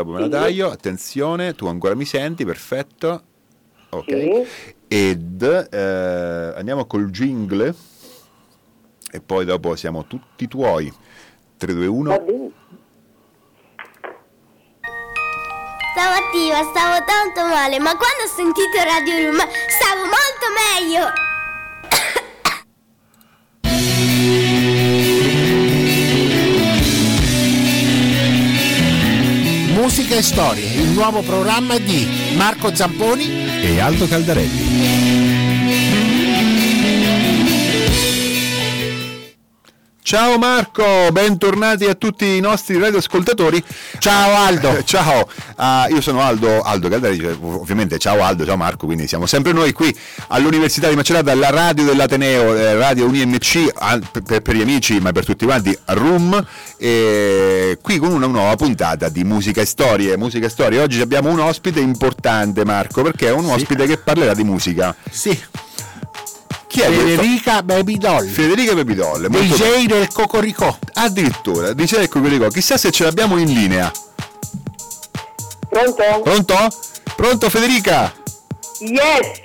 dopo me la taglio. Attenzione, tu ancora mi senti, perfetto. Ok. Sì. Ed andiamo col jingle e poi dopo siamo tutti tuoi. 3, 2, 1. Va bene. Stamattina stavo tanto male, ma quando ho sentito Radio Room stavo molto meglio. Musica e storie, il nuovo programma di Marco Zamponi e Aldo Caldarelli. Ciao Marco, bentornati a tutti i nostri radioascoltatori. Ciao Aldo. Ciao, io sono Aldo Caldarelli, ovviamente ciao Aldo, ciao Marco, quindi siamo sempre noi qui all'Università di Macerata, la radio dell'Ateneo, radio UNIMC, per gli amici ma per tutti quanti, Room, e qui con una nuova puntata di Musica e Storie. Oggi abbiamo un ospite importante, Marco, perché è un ospite che parlerà di musica. Sì. Chi è Federica Babydoll, DJ del Cocorico. Addirittura, DJ del Cocorico. Chissà se ce l'abbiamo in linea. Pronto Federica? Yes!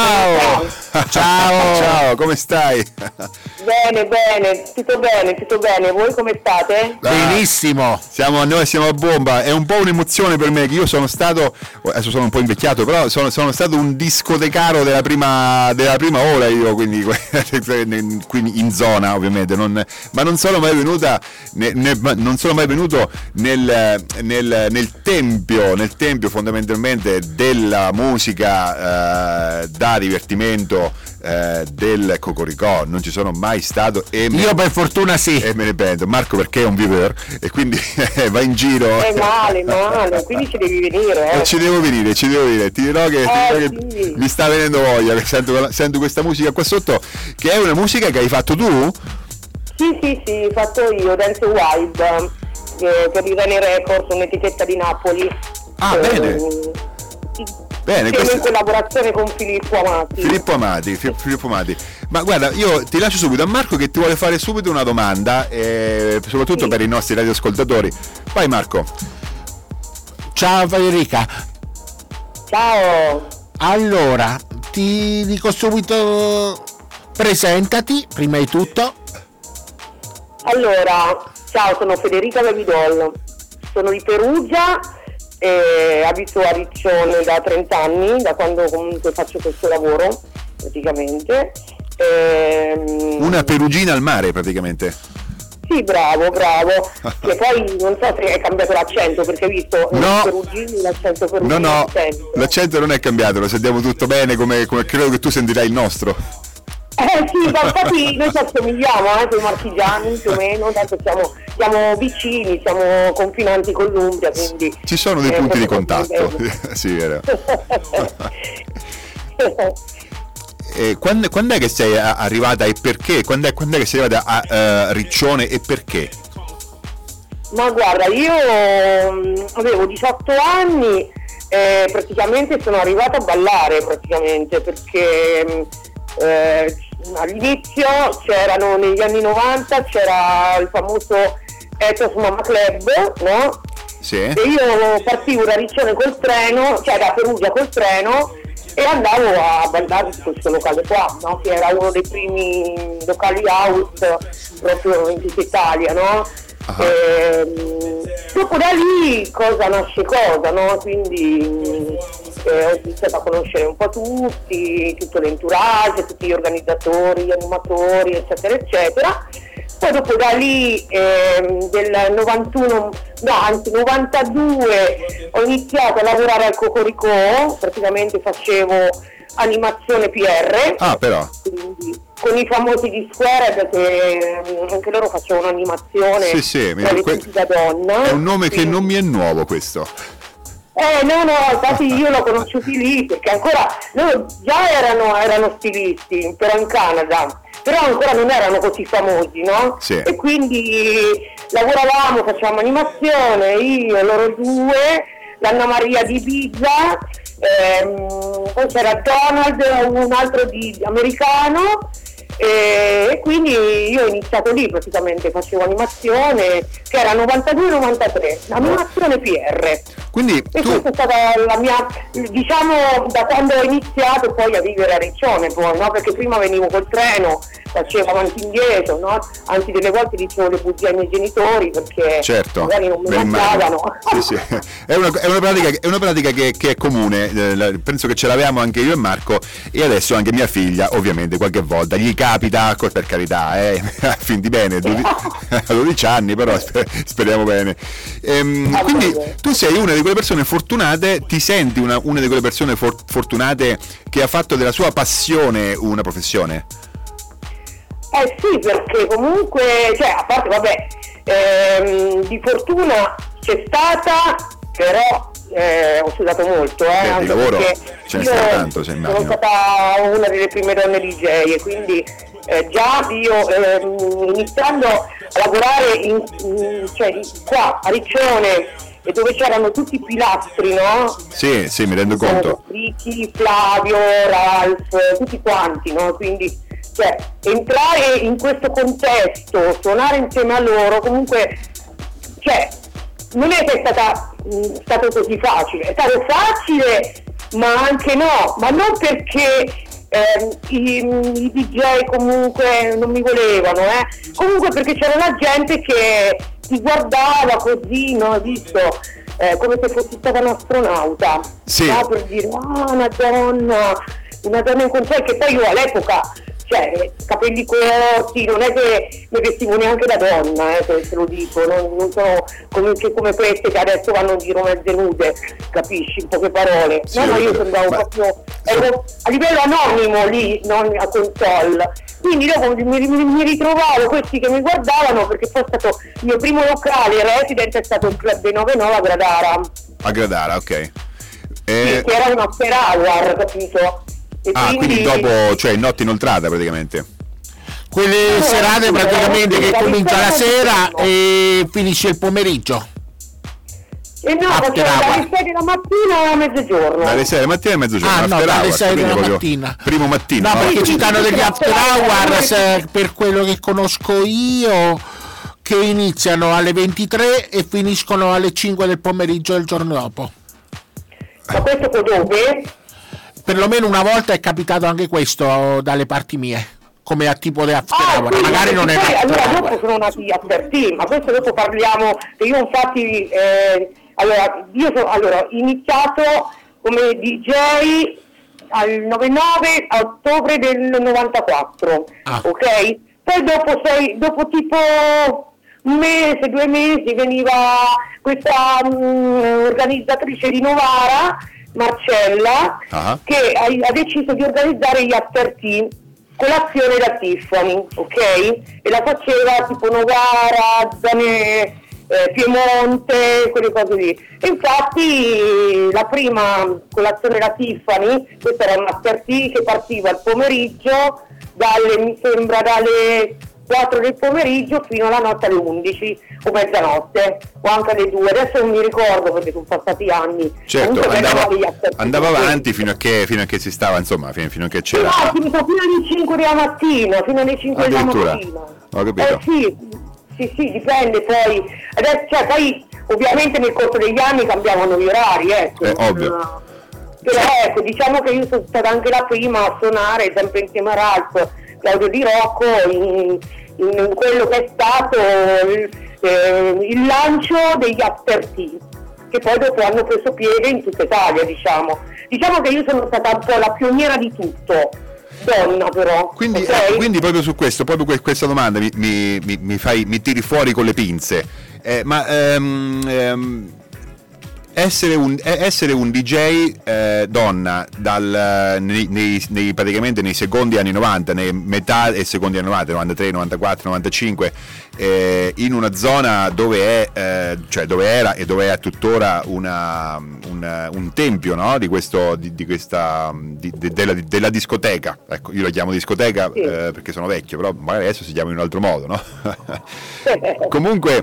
Ciao, come stai? Bene, tutto bene. Voi come state? Benissimo. Noi siamo a bomba. È un po' un'emozione per me che io sono stato, adesso sono un po' invecchiato, però sono stato un discotecaro della prima ora io, quindi in zona ovviamente, ma non sono mai venuto nel tempio fondamentalmente della musica da divertimento del Cocorico. Non ci sono mai stato io per fortuna sì, e me ne pento. Marco perché è un viewer e quindi va in giro. Male, quindi ci devi venire. Ci devo venire, ti dirò che sì. Mi sta venendo voglia, che sento questa musica qua sotto, che è una musica che hai fatto tu? Sì, ho fatto io, Dance Wild, per Irene Records, un'etichetta di Napoli. Bene, siamo in collaborazione con Filippo Amati. Ma guarda, io ti lascio subito a Marco che ti vuole fare subito una domanda, soprattutto per i nostri radioascoltatori. Vai Marco. Ciao Federica. Ciao. Allora, ti dico subito, presentati prima di tutto. Allora, ciao, sono Federica Babydoll, sono di Perugia. Abito a Riccione da 30 anni, da quando comunque faccio questo lavoro praticamente. Una perugina al mare praticamente. Sì, bravo. Che poi non so se hai cambiato l'accento, perché hai visto perugini, l'accento perugino. No, l'accento non è cambiato, lo sentiamo tutto bene come credo che tu sentirai il nostro. Sì, ma infatti noi ci assomigliamo, con i marchigiani più o meno, tanto siamo vicini, siamo confinanti con l'Umbria, quindi ci sono dei punti di contatto. Sì, vero. Quando è che sei arrivata e perché? Quando è che sei arrivata a Riccione e perché? Ma guarda, io avevo 18 anni e praticamente sono arrivata a ballare perché all'inizio negli anni 90 c'era il famoso Ethos Mama Club, no? Sì. E io partivo da Riccione col treno, cioè da Perugia col treno, e andavo a ballare in questo locale qua, no? Che era uno dei primi locali house proprio in tutta Italia, no? Dopo da lì cosa nasce cosa, no? Quindi ho iniziato a conoscere un po' tutto l'entourage, tutti gli organizzatori, gli animatori, eccetera eccetera. Poi dopo da lì del 92 ho iniziato a lavorare al Cocorico, praticamente facevo animazione PR. Però. Quindi con i famosi di Square, che anche loro facevano animazione. Sì, da donna. È un nome che non mi è nuovo questo. No, infatti io l'ho conosciuti lì, perché ancora loro già erano stilisti, però in Canada, però ancora non erano così famosi, no? Sì. E quindi lavoravamo, facevamo animazione, io, loro due, l'Anna Maria di Ibiza, poi c'era Donald, un altro di americano, E quindi io ho iniziato lì, praticamente facevo animazione, che era 92-93, animazione PR. Quindi E tu... questa è stata la mia, diciamo, da quando ho iniziato poi a vivere a Riccione, poi, no? Perché prima venivo col treno, facevo avanti e indietro, no? Anzi delle volte dicevo le bugie ai miei genitori perché certo, magari non mi mangiavano. Sì, sì. È una pratica che è comune, penso che ce l'avevamo anche io e Marco, e adesso anche mia figlia, ovviamente qualche volta gli capita, per carità, a fin di bene, a 12 anni, però speriamo bene. Quindi tu sei una di quelle persone fortunate, ti senti una di quelle persone fortunate che ha fatto della sua passione una professione? Sì, perché comunque, cioè, a parte, vabbè, di fortuna c'è stata, però ho studiato molto, di lavoro ce ne sta tanto, se immagino. Sono stata una delle prime donne DJ e quindi già io iniziando a lavorare qua a Riccione, e dove c'erano tutti i pilastri, no? Sì, mi rendo conto. Ricky, Flavio, Ralph, tutti quanti, no? Quindi cioè, entrare in questo contesto, suonare insieme a loro, comunque, cioè, non è che è stato così facile, è stato facile, ma anche no, ma non perché i DJ comunque non mi volevano, comunque perché c'era la gente che ti guardava così, no, visto, come se fossi stata un'astronauta, sì. No? Per dire, una donna in concerto, che poi io all'epoca, cioè, capelli corti, non è che mi vestivo neanche da donna, se lo dico, non sono come queste che adesso vanno in giro mezze nude, capisci, in poche parole. Sì, no, ma io sembravo proprio, ero a livello anonimo lì, non a console. Quindi dopo mi ritrovavo questi che mi guardavano, perché poi è stato il mio primo locale resident, è stato il Club dei 99 a Gradara. A Gradara, ok. Sì, che era un after hour, capito? E quindi dopo, cioè notte inoltrata praticamente. Quelle serate praticamente che comincia la sera e finisce il pomeriggio. E no, facevo dalle 6 della mattina a mezzogiorno. Dalle 6 della mattina a mezzogiorno. No, dalle 6 della mattina. Primo mattino. No, perché ci danno degli after hours, per quello che conosco io, che iniziano alle 23 e finiscono alle 5 del pomeriggio del giorno dopo. Ma questo dove? Perlomeno una volta è capitato anche questo dalle parti mie, come a tipo di after hour. Sì, magari non è poi, allora hour. dopo sono nati after team, ma questo dopo parliamo, che io infatti ho iniziato come DJ al 9-9 a ottobre del 94, ok? Poi dopo tipo un mese, 2 mesi veniva questa organizzatrice di Novara, Marcella, che ha deciso di organizzare gli after tea, colazione da Tiffany, ok? E la faceva tipo Novara, zone Piemonte, quelle cose lì. E infatti la prima colazione da Tiffany, questo era un after tea che partiva il pomeriggio dalle 4 del pomeriggio fino alla notte alle 11 o mezzanotte o anche alle 2, adesso non mi ricordo perché sono passati anni. Certo, andava avanti fino a che si stava, insomma, fino a che c'era. No, fino alle 5 della mattina, fino alle 5 della mattina. Ho capito. Sì, dipende poi. Adesso, cioè, poi ovviamente nel corso degli anni cambiavano gli orari, ecco. Ovvio. Però ecco, diciamo che io sono stata anche la prima a suonare, sempre insieme a Ralph, Claudio Di Rocco, in quello che è stato il lancio degli after tea, che poi dopo hanno preso piede in tutta Italia, diciamo che io sono stata un po' la pioniera di tutto, donna però. Quindi, okay? Quindi proprio su questo, proprio questa domanda mi tiri fuori con le pinze, essere un DJ donna praticamente nei secondi anni 90, nei metà e secondi anni 90, 93, 94, 95, in una zona dove era e dove è tuttora un tempio, no? Della discoteca. Ecco, io la chiamo discoteca perché sono vecchio, però magari adesso si chiama in un altro modo, no? Comunque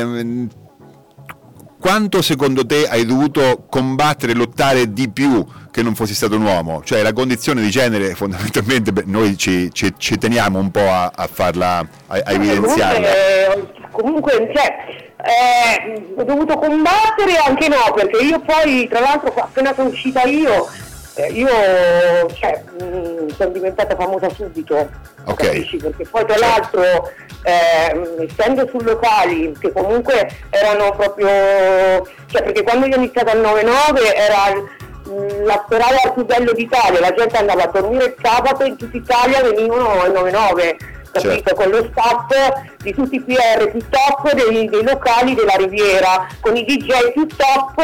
quanto secondo te hai dovuto combattere e lottare di più che non fossi stato un uomo, cioè la condizione di genere fondamentalmente noi ci teniamo un po' a farla, a evidenziarla. Comunque ho dovuto combattere, anche no, perché io poi tra l'altro appena sono uscita io sono diventata famosa subito, capisci? Perché poi tra l'altro essendo su locali che comunque erano proprio, perché quando io ho iniziato al 99 era la serata più bello d'Italia, la gente andava a dormire il sabato, in tutta Italia venivano al 99, capito? Certo. Con lo staff di tutti i PR più top dei locali della Riviera, con i DJ più top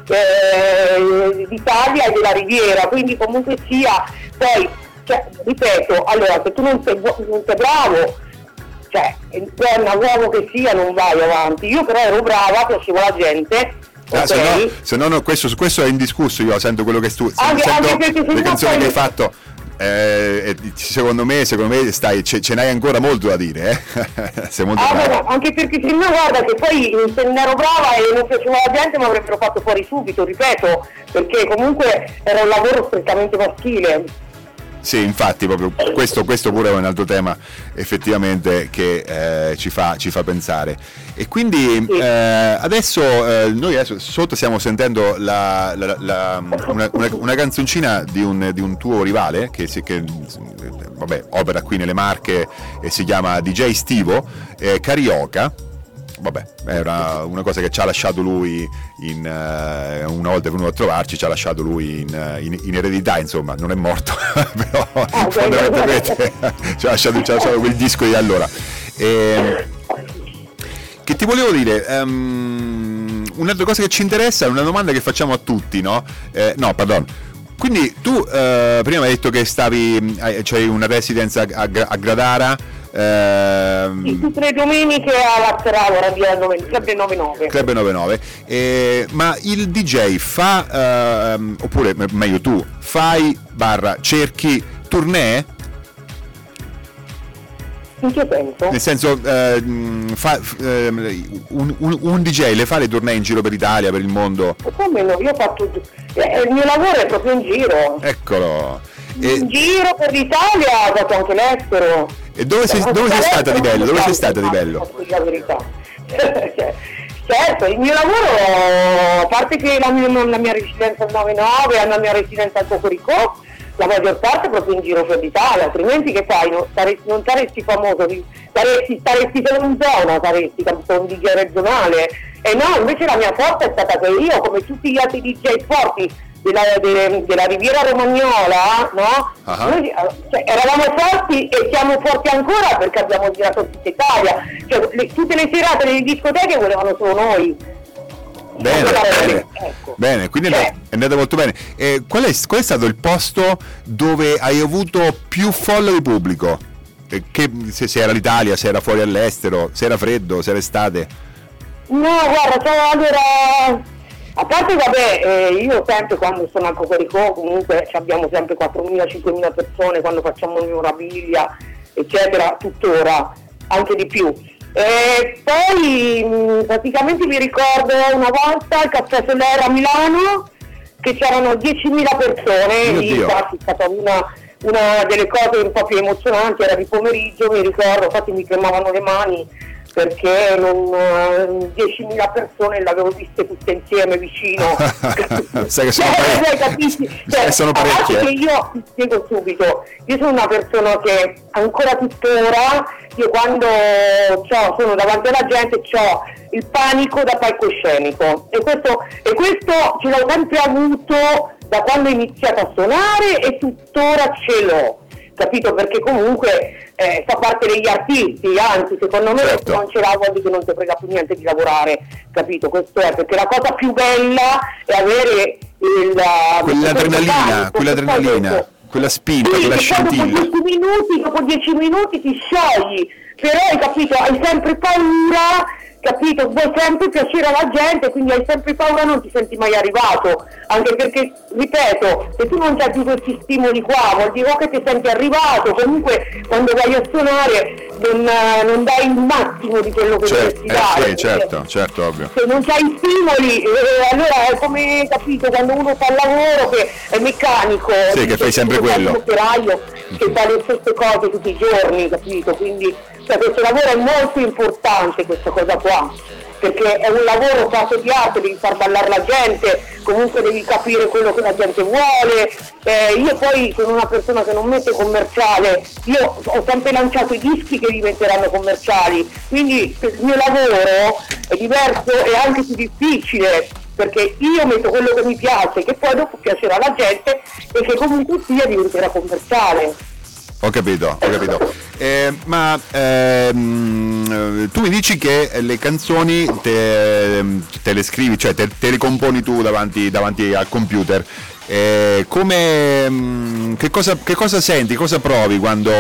d'Italia e della Riviera, quindi comunque sia, poi ripeto, allora se tu non sei bravo, donna, uomo che sia, non vai avanti. Io però ero brava, piacevo la gente. Se no, questo è indiscusso, io sento quello che sento le canzoni che hai fatto, secondo me ce n'hai ancora molto da dire, sei molto brava. Anche perché se no, guarda, che poi se non ero brava e non piaceva la gente mi avrebbero fatto fuori subito, ripeto, perché comunque era un lavoro strettamente maschile. Sì, infatti proprio questo pure è un altro tema effettivamente che ci fa pensare. E quindi adesso noi sotto stiamo sentendo una canzoncina di un tuo rivale che opera qui nelle Marche e si chiama DJ Stivo, Carioca. Vabbè, era una cosa che ci ha lasciato lui una volta è venuto a trovarci, ci ha lasciato lui in eredità, insomma, non è morto, però fondamentalmente ci ha lasciato quel disco di allora. Che ti volevo dire, un'altra cosa che ci interessa è una domanda che facciamo a tutti, no? Quindi tu prima hai detto che c'hai una residenza a Gradara. Sì, tutte le domeniche a Lazzeravo, Club 99. Club 99. Ma il DJ fa, oppure meglio tu, cerchi tournée? In che senso? Nel senso, un DJ le fa le tournée in giro per l'Italia, per il mondo? Come no? Io ho fatto il mio lavoro è proprio in giro. Eccolo. In giro per l'Italia, ho fatto anche l'estero. E dove sei stata di bello? Dove sei stata di bello? La verità. Certo, il mio lavoro, a parte che la mia residenza al 99, la mia residenza al Cocorico, la maggior parte è proprio in giro per l'Italia, altrimenti che fai? Non saresti famoso, staresti solo in zona, saresti un DJ regionale. E no, invece la mia forza è stata che io, come tutti gli altri DJ forti della Riviera Romagnola, no? Uh-huh. Noi eravamo forti e siamo forti ancora perché abbiamo girato tutta Italia, tutte le serate nelle discoteche volevano solo noi. Bene, quindi è andata molto bene. Qual è stato il posto dove hai avuto più folla di pubblico? Se era l'Italia, se era fuori all'estero, se era freddo, se era estate? No, guarda, allora, a parte io sempre quando sono al Cocorico comunque abbiamo sempre 4.000-5.000 persone quando facciamo memorabilia eccetera, tuttora, anche di più. E poi praticamente mi ricordo una volta al Caffè Soler a Milano che c'erano 10.000 persone, infatti è stata una delle cose un po' più emozionanti, era di pomeriggio, mi ricordo, infatti mi tremavano le mani perché 10.000 persone le avevo viste tutte insieme vicino. Sai che sono parecchie. Che io ti spiego subito, io sono una persona che ancora tuttora, io quando sono davanti alla gente ho il panico da palcoscenico e questo ce l'ho sempre avuto da quando ho iniziato a suonare e tuttora ce l'ho, capito? Perché comunque fa parte degli artisti, anzi secondo me non ce l'ha, vuol dire che non ti frega più niente di lavorare, capito? Questo è perché la cosa più bella è avere quell'adrenalina, quella spinta, quella scintilla. Dopo 10 minuti ti sciogli, però hai capito, hai sempre paura capito, vuoi sempre piacere alla gente, quindi hai sempre paura, non ti senti mai arrivato, anche perché, ripeto, se tu non hai più questi stimoli qua, vuol dire che ti senti arrivato, comunque quando vai a suonare non dai il massimo di quello che dovresti dare. Sì, certo, ovvio. Se non c'hai stimoli, allora è come, capito, quando uno fa il lavoro che è meccanico, sì, che fai sempre quello, operaio che fa le stesse cose tutti i giorni, capito? Quindi questo lavoro è molto importante, questa cosa qua, perché è un lavoro fatto di arte, devi far ballare la gente, comunque devi capire quello che la gente vuole. Io poi sono una persona che non mette commerciale, io ho sempre lanciato i dischi che diventeranno commerciali, quindi il mio lavoro è diverso e anche più difficile, perché io metto quello che mi piace, che poi dopo piacerà alla gente e che comunque sia diventerà commerciale. Ho capito. Ma tu mi dici che le canzoni te le scrivi, cioè te le componi tu davanti al computer. Che cosa senti, cosa provi quando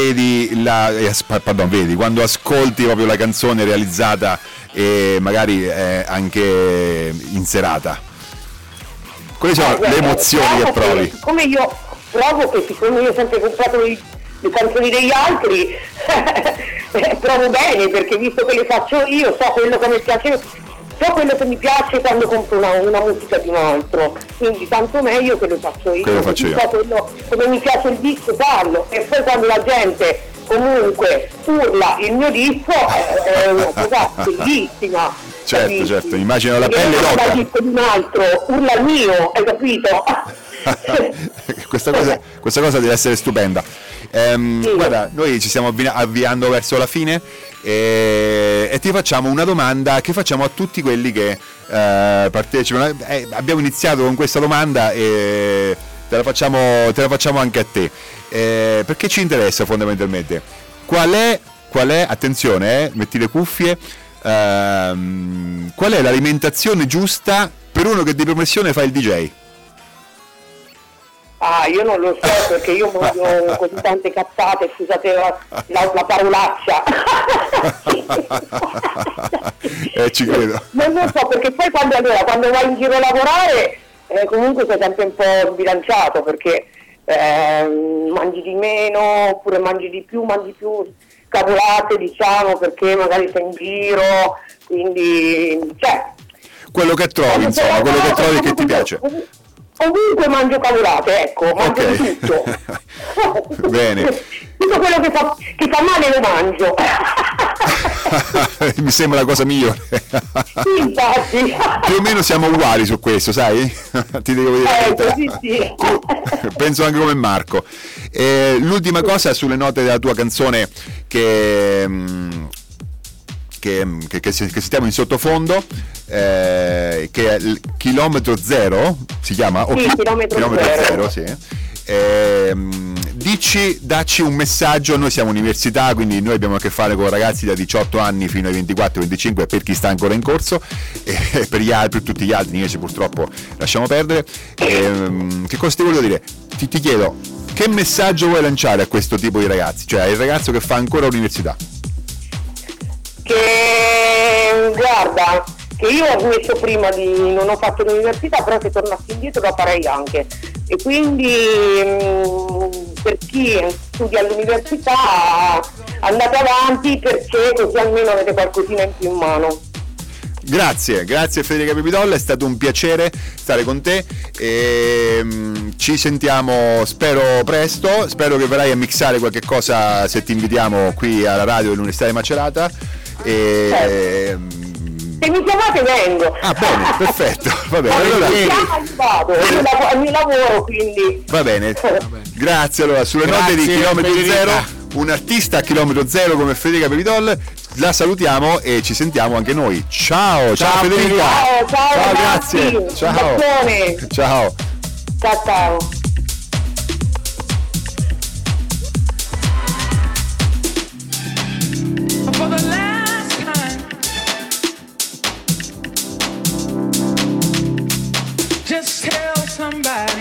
quando ascolti proprio la canzone realizzata e magari anche in serata? Quali sono le emozioni che provi? Siccome io ho sempre comprato le canzoni degli altri, provo bene, perché visto che le faccio io, so quello che mi piace, so quello che mi piace quando compro una musica di un altro, quindi tanto meglio che lo faccio io. So quello, come mi piace il disco, parlo, e poi quando la gente comunque urla il mio disco è una cosa bellissima. Certo, immagino la pelle d'oca. Il disco di un altro urla il mio, hai capito? questa cosa deve essere stupenda. Sì. Guarda, noi ci stiamo avviando verso la fine e ti facciamo una domanda che facciamo a tutti quelli che partecipano. Abbiamo iniziato con questa domanda e te la facciamo anche a te, perché ci interessa fondamentalmente qual è, attenzione, metti le cuffie, qual è l'alimentazione giusta per uno che di professione fa il DJ? Io non lo so, perché io mangio così tante cazzate, scusate la parolaccia. Ci credo. Non lo so, perché poi quando vai in giro a lavorare comunque sei sempre un po' sbilanciato, perché mangi di meno oppure mangi più cavolate, diciamo, perché magari sei in giro, quindi quello che trovi, insomma, quello che trovi che ti piace. Ovunque mangio cavolate, ecco, mangio di tutto. Bene. Tutto quello che fa male lo mangio. Mi sembra la cosa migliore. Sì, infatti. Più o meno siamo uguali su questo, sai? Ti devo dire. Sì. Penso anche come Marco. L'ultima cosa sulle note della tua canzone che sentiamo in sottofondo, che è il Chilometro Zero, si chiama? Sì, Chilometro Zero, sì. Dacci un messaggio. Noi siamo università, quindi noi abbiamo a che fare con ragazzi da 18 anni fino ai 24-25 per chi sta ancora in corso, e per tutti gli altri invece purtroppo lasciamo perdere. Che cosa ti voglio dire? Ti chiedo, che messaggio vuoi lanciare a questo tipo di ragazzi, cioè al ragazzo che fa ancora università? Guarda, che io ho smesso prima non ho fatto l'università, però se tornassi indietro lo farei anche, e quindi per chi studia all'università andate avanti, perché così almeno avete qualcosina in più in mano. Grazie Federica Pipidolla, è stato un piacere stare con te e ci sentiamo, spero presto, spero che verrai a mixare qualche cosa se ti invitiamo qui alla radio dell'Università di Macerata. Se mi chiamate vengo. Bene, perfetto, va bene. Allora, vado al mio lavoro, quindi va bene. Grazie. Allora, sulle note di Chilometro Zero, un artista a Chilometro Zero come Federica Pipidolla, la salutiamo e ci sentiamo anche noi. Ciao Federica. Ciao, grazie. Ciao. For the last time, just tell somebody